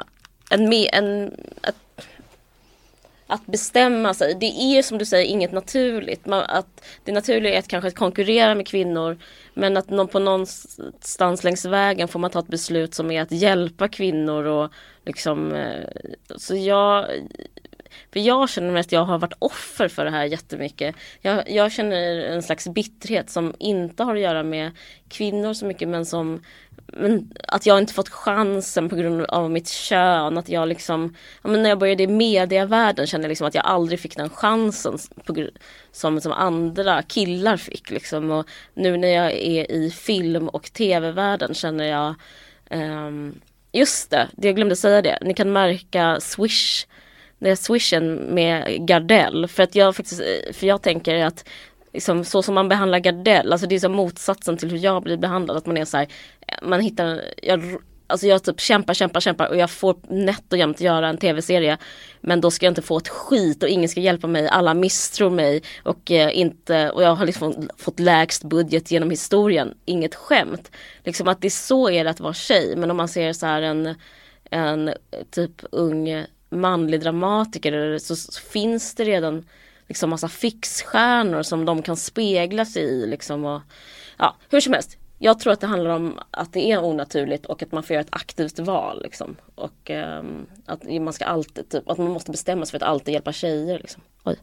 att bestämma sig. Det är som du säger inget naturligt. Att det naturliga är att kanske konkurrera med kvinnor, men att på någonstans längs vägen får man ta ett beslut som är att hjälpa kvinnor och liksom så jag känner mest att jag har varit offer för det här jättemycket. Jag känner en slags bitterhet som inte har att göra med kvinnor så mycket, men att jag inte fått chansen på grund av mitt kön. Att jag liksom, när jag började i medievärlden kände jag liksom att jag aldrig fick den chansen som andra killar fick. Liksom. Och nu när jag är i film- och tv-världen känner jag, just det, jag glömde säga det. Ni kan märka Swish. Det är swishen med Gardell. För jag tänker att liksom, så som man behandlar Gardell, alltså det är som motsatsen till hur jag blir behandlad. Att man är så här, alltså jag typ kämpar och jag får nätt och jämt göra en tv-serie, men då ska jag inte få ett skit och ingen ska hjälpa mig, alla misstror mig och jag har liksom fått lägst budget genom historien, inget skämt. Liksom att det så är det att vara tjej, men om man ser så här en typ ung manlig dramatiker så finns det redan liksom massa fixstjärnor som de kan spegla sig i liksom, och ja, hur som helst. Jag tror att det handlar om att det är onaturligt och att man får göra ett aktivt val liksom. Och att man ska alltid typ, att man måste bestämma sig för att alltid hjälpa tjejer liksom. Oj.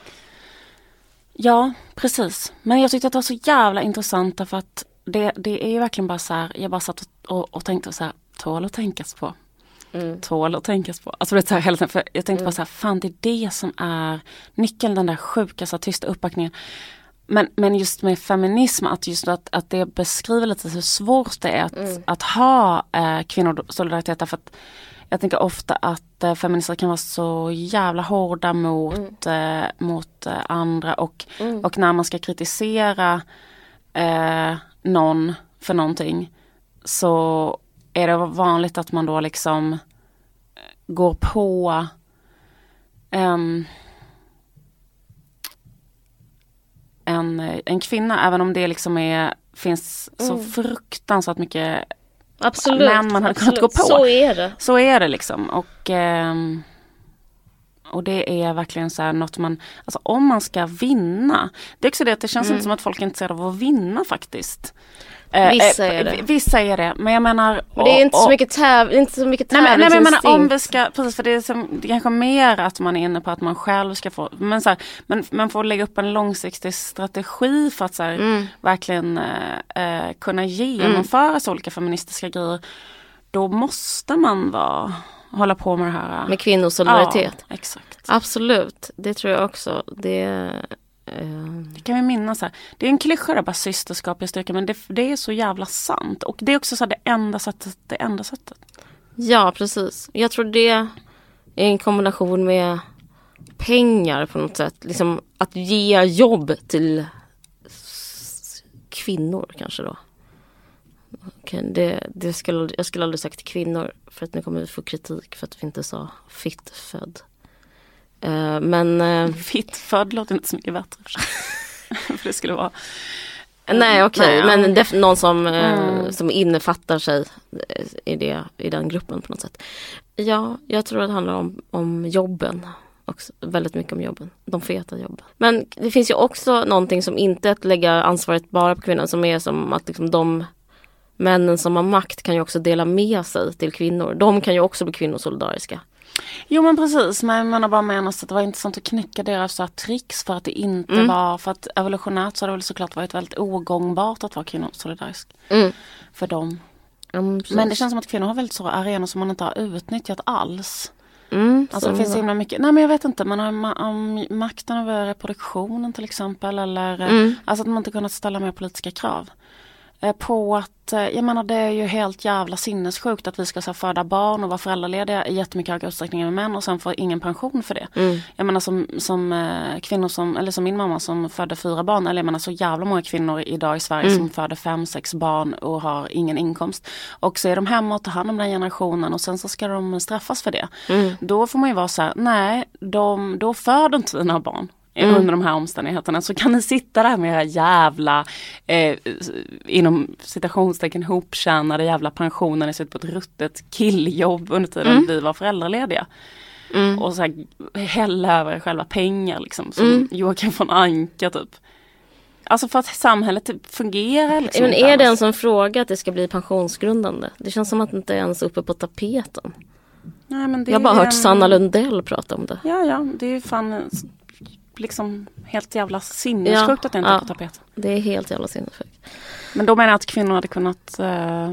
Ja, precis. Men jag tyckte att det var så jävla intressant för att det är ju verkligen bara så här, jag bara satt och tänkte så här, tål att tänkas på. Tål att tänkas på. Alltså det är så här hela tiden, för jag tänkte bara så här, fan det är det som är nyckeln, den där sjuka så tysta uppbackningen. Men just med feminism, att det beskriver lite hur svårt det är att ha kvinnosolidaritet, för att jag tänker ofta att feminister kan vara så jävla hårda mot andra och när man ska kritisera någon för någonting så är det vanligt att man då liksom går på en kvinna, även om det liksom finns så fruktansvärt mycket män man hade kunnat gå på. Så är det liksom. Och det är verkligen så här något man, alltså om man ska vinna, det är också det att det känns inte som att folk är intresserade av att vinna faktiskt. Vissa är det. Men jag menar, men det är inte så mycket tävlingsinstinkt. Nej, men jag menar om vi ska, precis, för det är kanske mer att man är inne på att man själv ska få, men så här, man får lägga upp en långsiktig strategi för att så här, verkligen kunna genomföra så olika feministiska grejer. Då måste man hålla på med det här. Med kvinnosolidaritet. Ja, exakt. Absolut, det tror jag också. Det kan vi minnas här. Det är en klyscha där, bara systerskap i styrka, men det är så jävla sant. Och det är också så här, det enda sättet. Ja, precis. Jag tror det är en kombination med pengar på något sätt. Liksom att ge jobb till kvinnor kanske då. Okay, jag skulle aldrig sagt till kvinnor, för att nu kommer vi få kritik för att vi inte sa fittfödd. Men fittfödd låter inte så mycket bättre. För det skulle vara nej, okej. Men någon som innefattar sig i den gruppen på något sätt. Ja, jag tror att det handlar om jobben också, väldigt mycket om jobben, de feta jobben. Men det finns ju också någonting som inte är att lägga ansvaret bara på kvinnan, som är som att liksom de männen som har makt kan ju också dela med sig till kvinnor. De kan ju också bli kvinnosolidariska. Jo, men precis, men man har bara menat att det var intressant att knäcka deras så här tricks för att det inte var, för att evolutionärt så har det väl såklart varit väldigt ogångbart att vara kvinnosolidarisk för dem. Men det känns som att kvinnor har väldigt stora arenor som man inte har utnyttjat alls. Alltså det finns himla mycket, nej men jag vet inte, man har makten över reproduktionen till exempel, eller alltså att man inte kunnat ställa mer politiska krav. På att, jag menar det är ju helt jävla sinnessjukt att vi ska så föda barn och vara föräldralediga i jättemycket högre utsträckning än män och sen få ingen pension för det. Jag menar som kvinnor eller som min mamma som födde 4 barn, eller jag menar så jävla många kvinnor idag i Sverige som föder 5-6 barn och har ingen inkomst. Och så är de hemma och tar hand om den generationen och sen så ska de straffas för det. Då får man ju vara så här, nej, då föder inte vi några barn. Under de här omständigheterna, så kan ni sitta där med era jävla inom citationstecken hoptjänade jävla pensioner, ni sitter på ett ruttet killjobb under tiden vi var föräldralediga och så här, hälla över själva pengar liksom, som Joakim von Anka typ. Alltså för att samhället fungerar liksom. Men är det en sån fråga att det ska bli pensionsgrundande? Det känns som att det inte är ens uppe på tapeten. Nej, men det jag har bara hört Sanna Lundell prata om det. Ja, det är ju fan liksom helt jävla sinnessjukt att det inte är på tapeten. Det är helt jävla sinnessjukt. Men då menar jag att kvinnor hade kunnat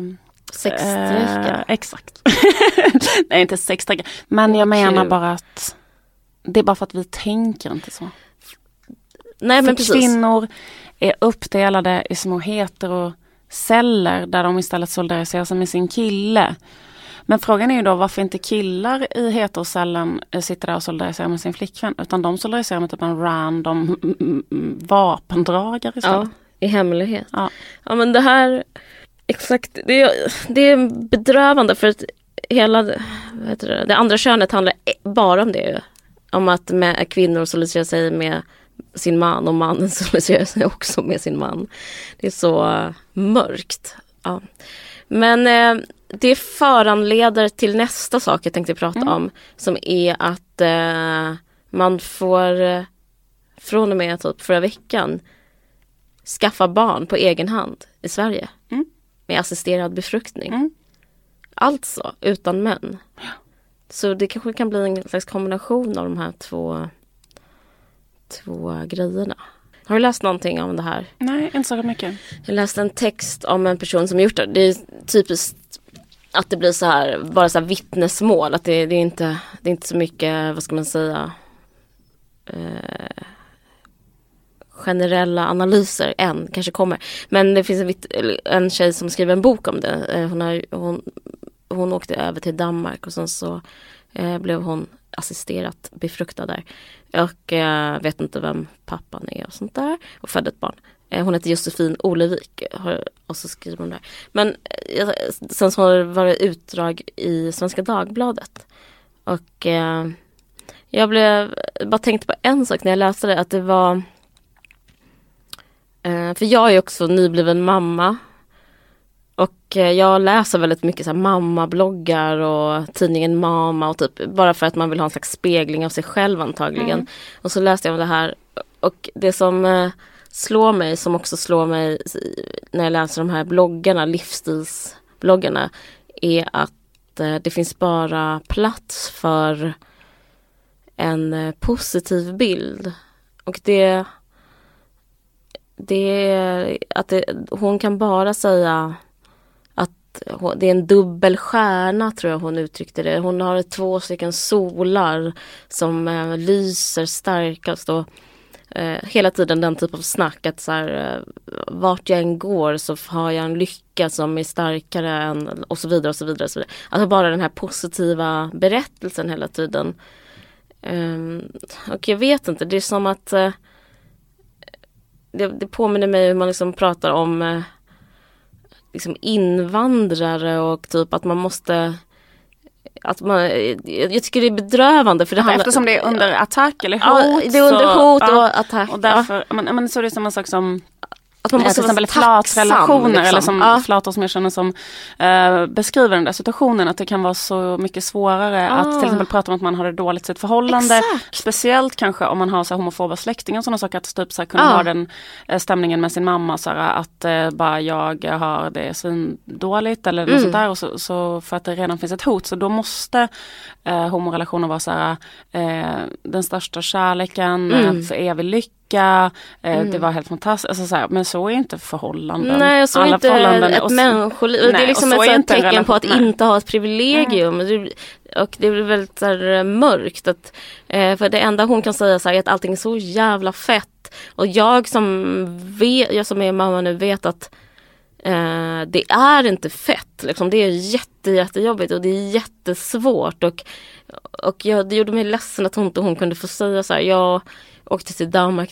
sexsträcka. Exakt. Nej, inte sexsträcka. Men jag menar bara att det är bara för att vi tänker inte så. Nej, men precis. Kvinnor är uppdelade i små heteroceller där de istället solidariserar sig med sin kille. Men frågan är ju då varför inte killar i heterocellen sitter där och solidariserar med sin flickvän, utan de solidariserar med typ en random vapendragare istället. Ja, i hemlighet. Ja, men det här Exakt, det är bedrövande för att hela det andra könet handlar bara om det. Om att kvinnor solidariserar sig med sin man och mannen solidariserar sig också med sin man. Det är så mörkt. Ja. Men det föranleder till nästa sak jag tänkte prata om, som är att man får från och med typ förra veckan skaffa barn på egen hand i Sverige med assisterad befruktning. Alltså utan män. Så det kanske kan bli en slags kombination av de här två grejerna. Har du läst någonting om det här? Nej, inte så mycket. Jag läste en text om en person som gjort det. Det är typiskt att det blir så här, bara så här vittnesmål. Att det är inte så mycket, vad ska man säga, generella analyser än kanske kommer. Men det finns en tjej som skriver en bok om det. Hon åkte över till Danmark och sen så blev hon assisterat befruktad där. Och vet inte vem pappan är och sånt där. Och födde ett barn. Hon heter Josefin Olevik och så skriver hon där. Men sen så har det varit utdrag i Svenska Dagbladet. Och jag bara tänkte på en sak när jag läste det. Att det var... för jag är också nybliven mamma. Och jag läser väldigt mycket så här mammabloggar och tidningen Mama och typ bara för att man vill ha en slags spegling av sig själv antagligen. Och så läste jag om det här och det som slår mig, som också slår mig när jag läser de här bloggarna, livsstilsbloggarna, är att det finns bara plats för en positiv bild. Och det är att hon kan bara säga det är en dubbel stjärna, tror jag hon uttryckte det. Hon har 2 stycken solar som lyser starkast och hela tiden den typ av snack att så här, vart jag än går så har jag en lycka som är starkare än och så vidare och så vidare och så vidare. Alltså bara den här positiva berättelsen hela tiden. Och jag vet inte, det är som att det påminner mig hur man liksom pratar om liksom invandrare och typ att man måste jag tycker det är bedrövande för det handlar, eftersom det är under attack eller hot. Ja, det är under hot och attack. Och därför, men så är det samma sak som att man måste till exempel flatrelationer liksom. Eller som flator som jag känner som beskriver den där situationen, att det kan vara så mycket svårare att till exempel prata om att man har det dåligt i sitt förhållande. Exakt. Speciellt kanske om man har så här homofoba släktingar och sådana saker, att typ så här kunna ha den stämningen med sin mamma så här, att bara jag har det svindåligt eller något sånt där, och så för att det redan finns ett hot, så då måste homorelationer vara så här, den största kärleken för evig lycka. Det var helt fantastiskt. Alltså, så här, men så är inte förhållanden. Nej, så är inte ett människoliv. Det är liksom ett tecken på att inte ha ett privilegium. Och det blir väldigt så här, mörkt. För det enda hon kan säga så här, är att allting är så jävla fett. Och jag som är mamma nu vet att det är inte fett. Liksom. Det är jättejobbigt och det är jättesvårt. Och det gjorde mig ledsen att hon kunde få säga så här, jag åkte till Danmark,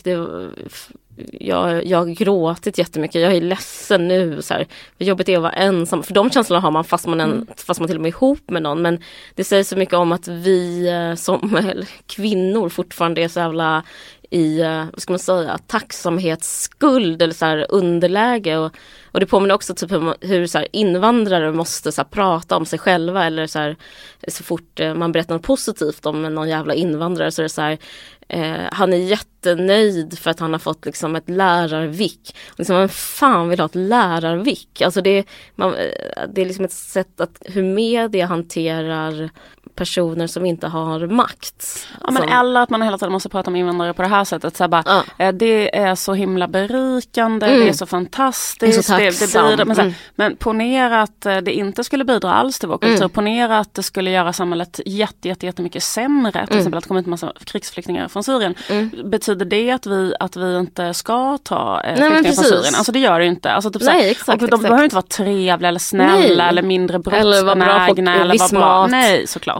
jag har gråtit jättemycket, jag är ledsen nu så här. Jobbigt är att vara ensam, för de känslorna har man fast man till och med är ihop med någon, men det säger så mycket om att vi som kvinnor fortfarande är så jävla i, vad ska man säga, tacksamhetsskuld eller så här underläge, och det påminner också typ hur så här, invandrare måste så här, prata om sig själva, eller så här, så fort man berättar något positivt om någon jävla invandrare så är det så här, han är jättenöjd för att han har fått liksom ett lärarvik. Liksom, vem fan vill ha ett lärarvik? Alltså det är liksom ett sätt att hur media hanterar personer som inte har makt. Ja, men eller att man hela tiden måste prata om invandrare på det här sättet. Så här bara, det är så himla berikande, det är så fantastiskt. Det är så tacksam. Men ponera att det inte skulle bidra alls till vår kultur. Ponera att det skulle göra samhället jättemycket sämre. Till exempel att det kommer ut en massa krigsflyktingar från Syrien. Betyder det att vi inte ska ta flyktingar från Syrien? Alltså det gör det ju inte. Alltså, typ nej, exakt, och de behöver inte vara trevliga eller snälla eller mindre brottsbenägna eller vara bra. Nej, såklart.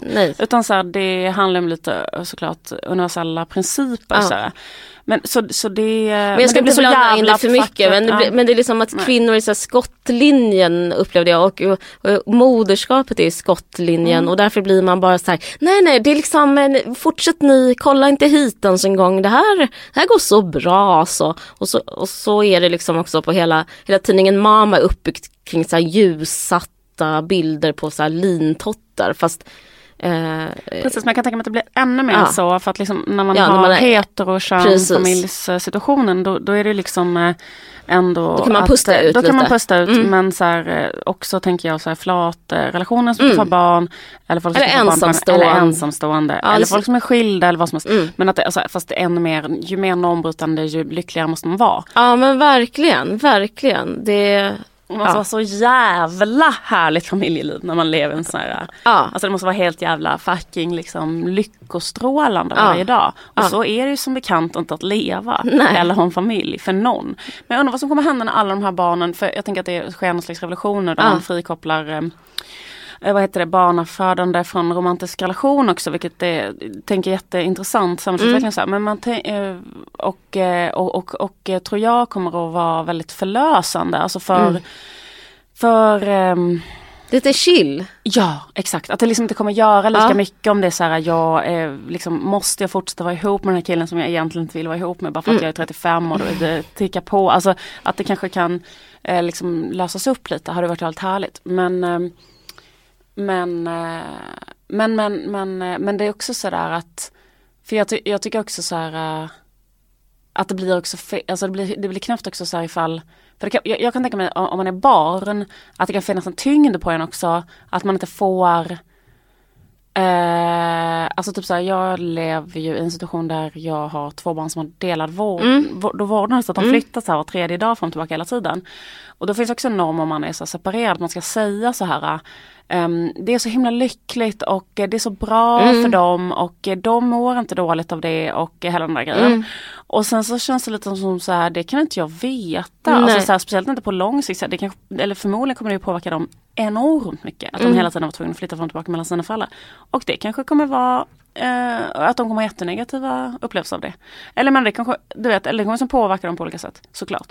Nej. Utan så här, det handlar om lite såklart universella principer. Så här. Men så det... Men jag ska inte blanda in det för mycket. Men det är liksom att kvinnor är så här skottlinjen, upplevde jag. Och moderskapet är skottlinjen. Och därför blir man bara så här, nej, det är liksom, fortsätt ni, kolla inte hit ens en gång. Det här går så bra. Och så är det liksom också på hela tidningen Mama uppbyggt kring så här ljussatta bilder på så här lintottar. Fast... Precis, men jag kan tänka mig att det blir ännu mer så, för att liksom, när man har heterokönfamiljssituationen då är det liksom ändå då kan man pusta ut lite. Man pusta ut, men så här, också tänker jag så här relationer som inte får barn eller folk som ensamstående eller folk som är skilda eller vad som helst. Men att det, alltså, fast det är ännu mer, ju mer normbrytande ju lyckligare måste man vara. Ja, men verkligen det det måste vara så jävla härligt familjeliv när man lever en sån här... Alltså det måste vara helt jävla fucking liksom lyckostrålande varje dag. Och så är det ju som bekant inte att leva eller ha en familj för någon. Men jag undrar vad som kommer hända när alla de här barnen... För jag tänker att det sker någon slags revolutioner där man frikopplar... barnafödande från romantisk relation också, vilket är, tänker jätteintressant samhällsutveckling så här. Men man och tror jag kommer att vara väldigt förlösande, alltså för det är chill. Ja, exakt. Att det liksom inte kommer göra lika mycket om det är så här, jag liksom, måste jag fortsätta vara ihop med den här killen som jag egentligen inte vill vara ihop med bara för att jag är 35 och det tickar på. Alltså att det kanske kan liksom lösas upp lite, har det varit helt härligt. Men det är också så där att, för jag tycker också så här att det blir också alltså det blir knäppt också så här ifall, för jag kan tänka mig om man är barn att det kan finnas en tyngd på en också, att man inte får alltså typ så här, jag lever ju i en situation där jag har 2 barn som har delad vårdnad, så att de flyttar så här var 3:e dag fram tillbaka hela tiden. Och då finns också en norm om man är så separerad, man ska säga så här det är så himla lyckligt och det är så bra för dem och de mår inte dåligt av det och hela den där grejen. Och sen så känns det lite som så här, det kan inte jag veta. Alltså så här, speciellt inte på lång sikt. Det kan, eller förmodligen kommer det påverka dem enormt mycket. Att de hela tiden var tvungna att flytta fram och tillbaka mellan sina föräldrar. Och det kanske kommer vara att de kommer ha jättenegativa upplevelser av det. Eller men det kanske, du vet, eller det kommer som påverka dem på olika sätt, såklart.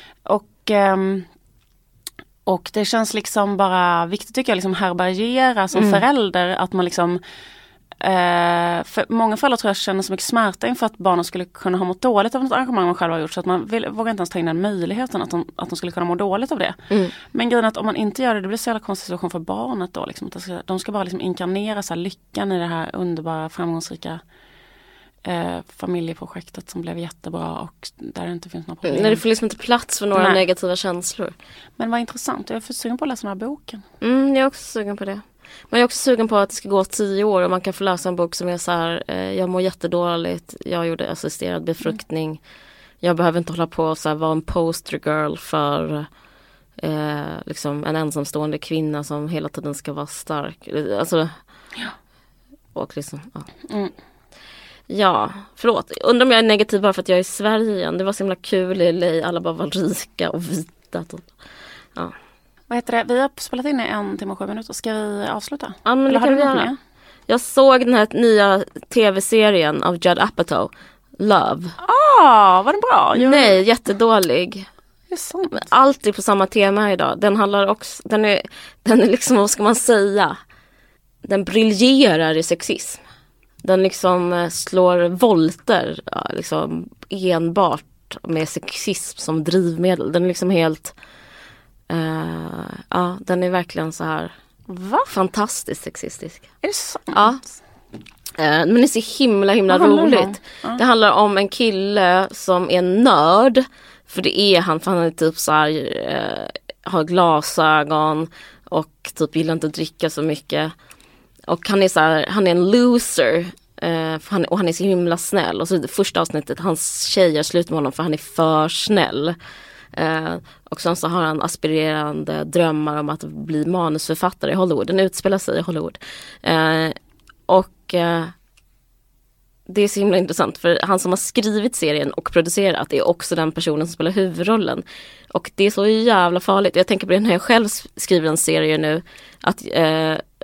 Och det känns liksom bara viktigt tycker jag, liksom härbärgera som förälder, att man liksom för många föräldrar tror jag känner så mycket smärta inför att barnen skulle kunna ha mått dåligt av något arrangemang man själv har gjort, så att man vågar inte ens ta in den möjligheten att de skulle kunna må dåligt av det. Men grejen är att om man inte gör det blir så jävla konstig situation för barnet då, liksom, att de ska bara liksom inkarnera så här lyckan i det här underbara, framgångsrika familjeprojektet som blev jättebra och där det inte finns några problem. Nej, det får liksom inte plats för några negativa känslor. Men vad intressant, jag är för sugen på att läsa den här boken. Jag är också sugen på det. Men jag är också sugen på att det ska gå 10 år och man kan få läsa en bok som är så här, jag mår jättedåligt, jag gjorde assisterad befruktning, jag behöver inte hålla på och så här, vara en poster girl för liksom en ensamstående kvinna som hela tiden ska vara stark. Alltså, och liksom, Ja, förlåt. Undrar om jag är negativ bara för att jag är i Sverige igen. Det var så himla kul i LA. Alla bara var rika och vita. Ja. Vad heter det? Vi har spelat in i 1 timme och 7 minuter. Ska vi avsluta? Ja, men det kan vi göra. Jag såg den här nya tv-serien av Judd Apatow. Love. Var den bra? Nej, jättedålig. Det är sant. Alltid på samma tema idag. Den handlar också... Den är liksom, vad ska man säga? Den briljerar i sexism. Den liksom slår volter liksom enbart med sexism som drivmedel. Den är liksom helt den är verkligen så här fantastiskt sexistisk. Är det sant? Ja. Men det är så himla roligt. Det handlar om en kille som är nörd, för det är han, för han är typ så här, har glasögon och typ gillar inte att dricka så mycket. Och han är så här, han är en loser och han är så himla snäll. Och så det första avsnittet, hans tjejer slutar med honom för han är för snäll. Och sen så har han aspirerande drömmar om att bli manusförfattare i Hollywood. Den utspelar sig i Hollywood. Det är så himla intressant, för han som har skrivit serien och producerat är också den personen som spelar huvudrollen. Och det är så jävla farligt. Jag tänker på det när jag själv skriver en serie nu, att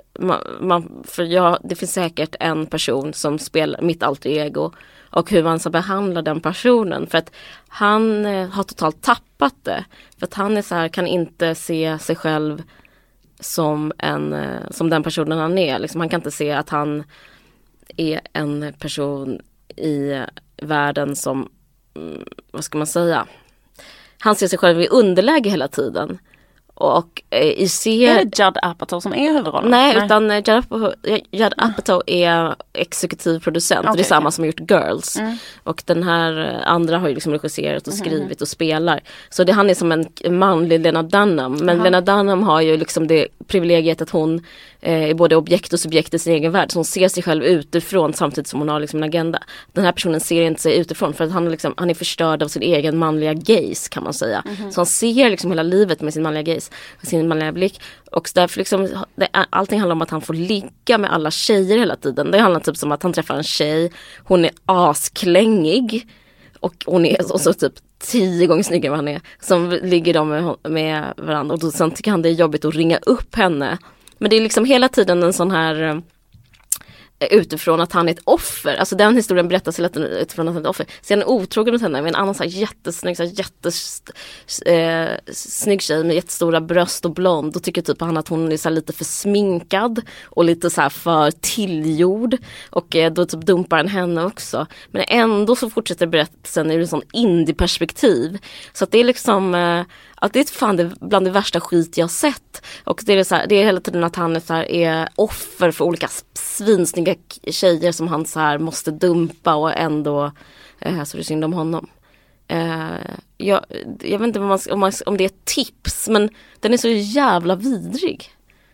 det finns säkert en person som spelar mitt alter ego och hur man ska behandla den personen, för att han har totalt tappat det, för att han är så här, kan inte se sig själv som den personen han är. Liksom, han kan inte se att han är en person i världen som, vad ska man säga, han ser sig själv i underläge hela tiden. Och är det Judd Apatow som är huvudrollen? Nej, utan Judd Apatow är exekutiv producent. Okay, det är samma som har gjort Girls. Och den här andra har ju liksom regisserat och skrivit och spelar. Så han är som en manlig Lena Dunham. Men Lena Dunham har ju liksom det privilegiet att hon är både objekt och subjekt i sin egen värld. Så hon ser sig själv utifrån samtidigt som hon har liksom en agenda. Den här personen ser inte sig utifrån för att han är förstörd av sin egen manliga gaze, kan man säga. Så han ser liksom hela livet med sin manliga gaze, sin manliga blick. Och därför liksom, allting handlar om att han får ligga med alla tjejer hela tiden. Det handlar typ som att han träffar en tjej, hon är asklängig och hon är så typ 10 gånger snyggare än vad han är. Som ligger de med varandra, och då, sen tycker han det är jobbigt att ringa upp henne. Men det är liksom hela tiden en sån här utifrån att han är ett offer. Alltså den historien berättas hela tiden utifrån att han är ett offer. Så han är otrogen mot henne med en annan så här jättesnygg, så här jättesnygg tjej med jättestora bröst och blond. Då tycker typ han att hon är så här lite för sminkad och lite så här för tillgjord. Och då typ dumpar han henne också. Men ändå så fortsätter berättelsen ur en sån indie-perspektiv. Så att det är liksom att det är fan bland det värsta skit jag har sett. Och det är så här, det är hela tiden att han är offer för olika svinsnygga tjejer som han så här måste dumpa, och ändå så det är synd om honom. Jag vet inte om det är ett tips, men den är så jävla vidrig.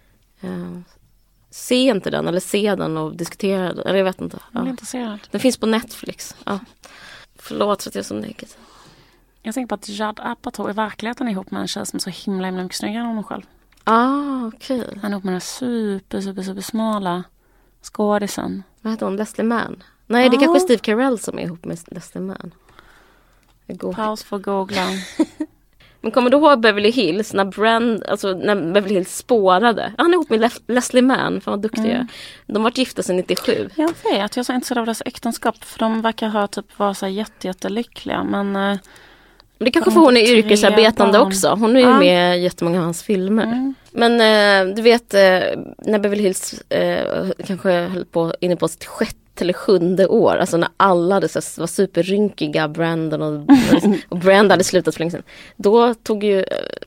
Se inte den, eller se den och diskutera den, eller jag vet inte. Jag är intresserad. Den finns på Netflix. Ja. Förlåt för att jag är så negativ. Jag tänker på att Judd Apatow i verkligheten är ihop med en tjej som är så himla mycket snyggare än honom själv. Okej. Han är ihop med den super smala skådisen. Vad heter hon? Leslie Mann? Nej, det är kanske Steve Carell som är ihop med Leslie Mann. Paus för googla. Men kommer du ihåg Beverly Hills när Beverly Hills spårade? Han är ihop med Leslie Mann, fan vad duktiga. De var gifta sedan 97. Jag vet, jag är så intresserad av deras äktenskap, för de verkar ha vara så jättelyckliga, men det kanske för hon är yrkesarbetande också. Hon är ju med i jättemånga av hans filmer. Men du vet, när Beverly Hills kanske höll inne på sitt 6:e eller 7:e år, alltså när alla var superrynkiga, Brandon och Brand hade slutat för länge sedan. Då tog ju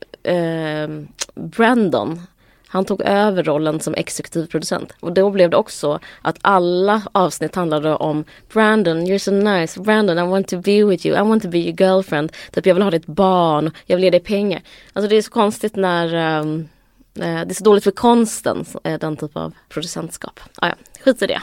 Brandon, han tog över rollen som exekutiv producent. Och då blev det också att alla avsnitt handlade om Brandon, you're so nice, Brandon, I want to be with you, I want to be your girlfriend. Typ, jag vill ha ditt barn, jag vill ge dig pengar. Alltså det är så konstigt när det är så dåligt för konsten, den typ av producentskap. Ja, skit i det.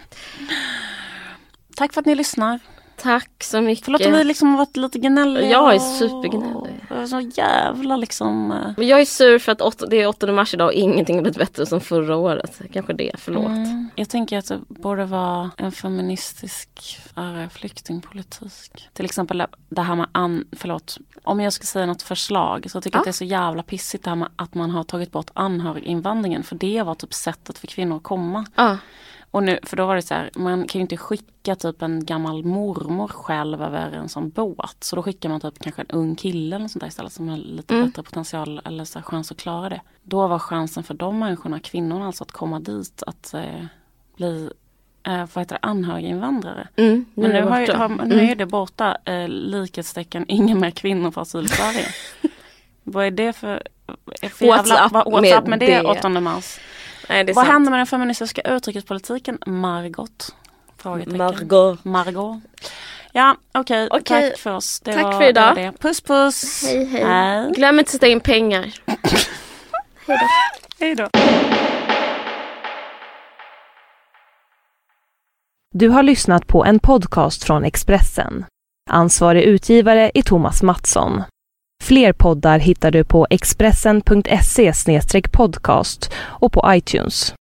Tack för att ni lyssnar. Tack så mycket. Förlåt om vi liksom har varit lite gnälliga. Jag är supergnällig. Jag är så jävla liksom. Men jag är sur för att det är 8 mars idag och ingenting har blivit bättre som förra året. Kanske det, förlåt. Jag tänker att det borde vara en feministisk flyktingpolitik. Till exempel det här med om jag ska säga något förslag, så tycker jag att det är så jävla pissigt det här med att man har tagit bort anhöriginvandringen. För det var typ sättet för kvinnor att komma. Och nu, för då var det så här, man kan ju inte skicka typ en gammal mormor själv över en sån båt. Så då skickar man typ kanske en ung kille eller sånt där istället, som har lite bättre potential eller så här, chans att klara det. Då var chansen för de människorna, kvinnorna alltså, att komma dit, att bli anhöriginvandrare. Men nu är det borta, likhetstecken, inga mer kvinnor för asyl i Sverige. Vad är det för WhatsApp med det 8 mars? Nej, vad händer med den feministiska utrikespolitiken, Margot? Margot. Ja, okej. Tack för oss. Tack för idag. Det. Puss. Hej. Glöm inte att sätta in pengar. Hej då. Du har lyssnat på en podcast från Expressen. Ansvarig utgivare är Thomas Mattsson. Fler poddar hittar du på expressen.se/podcast och på iTunes.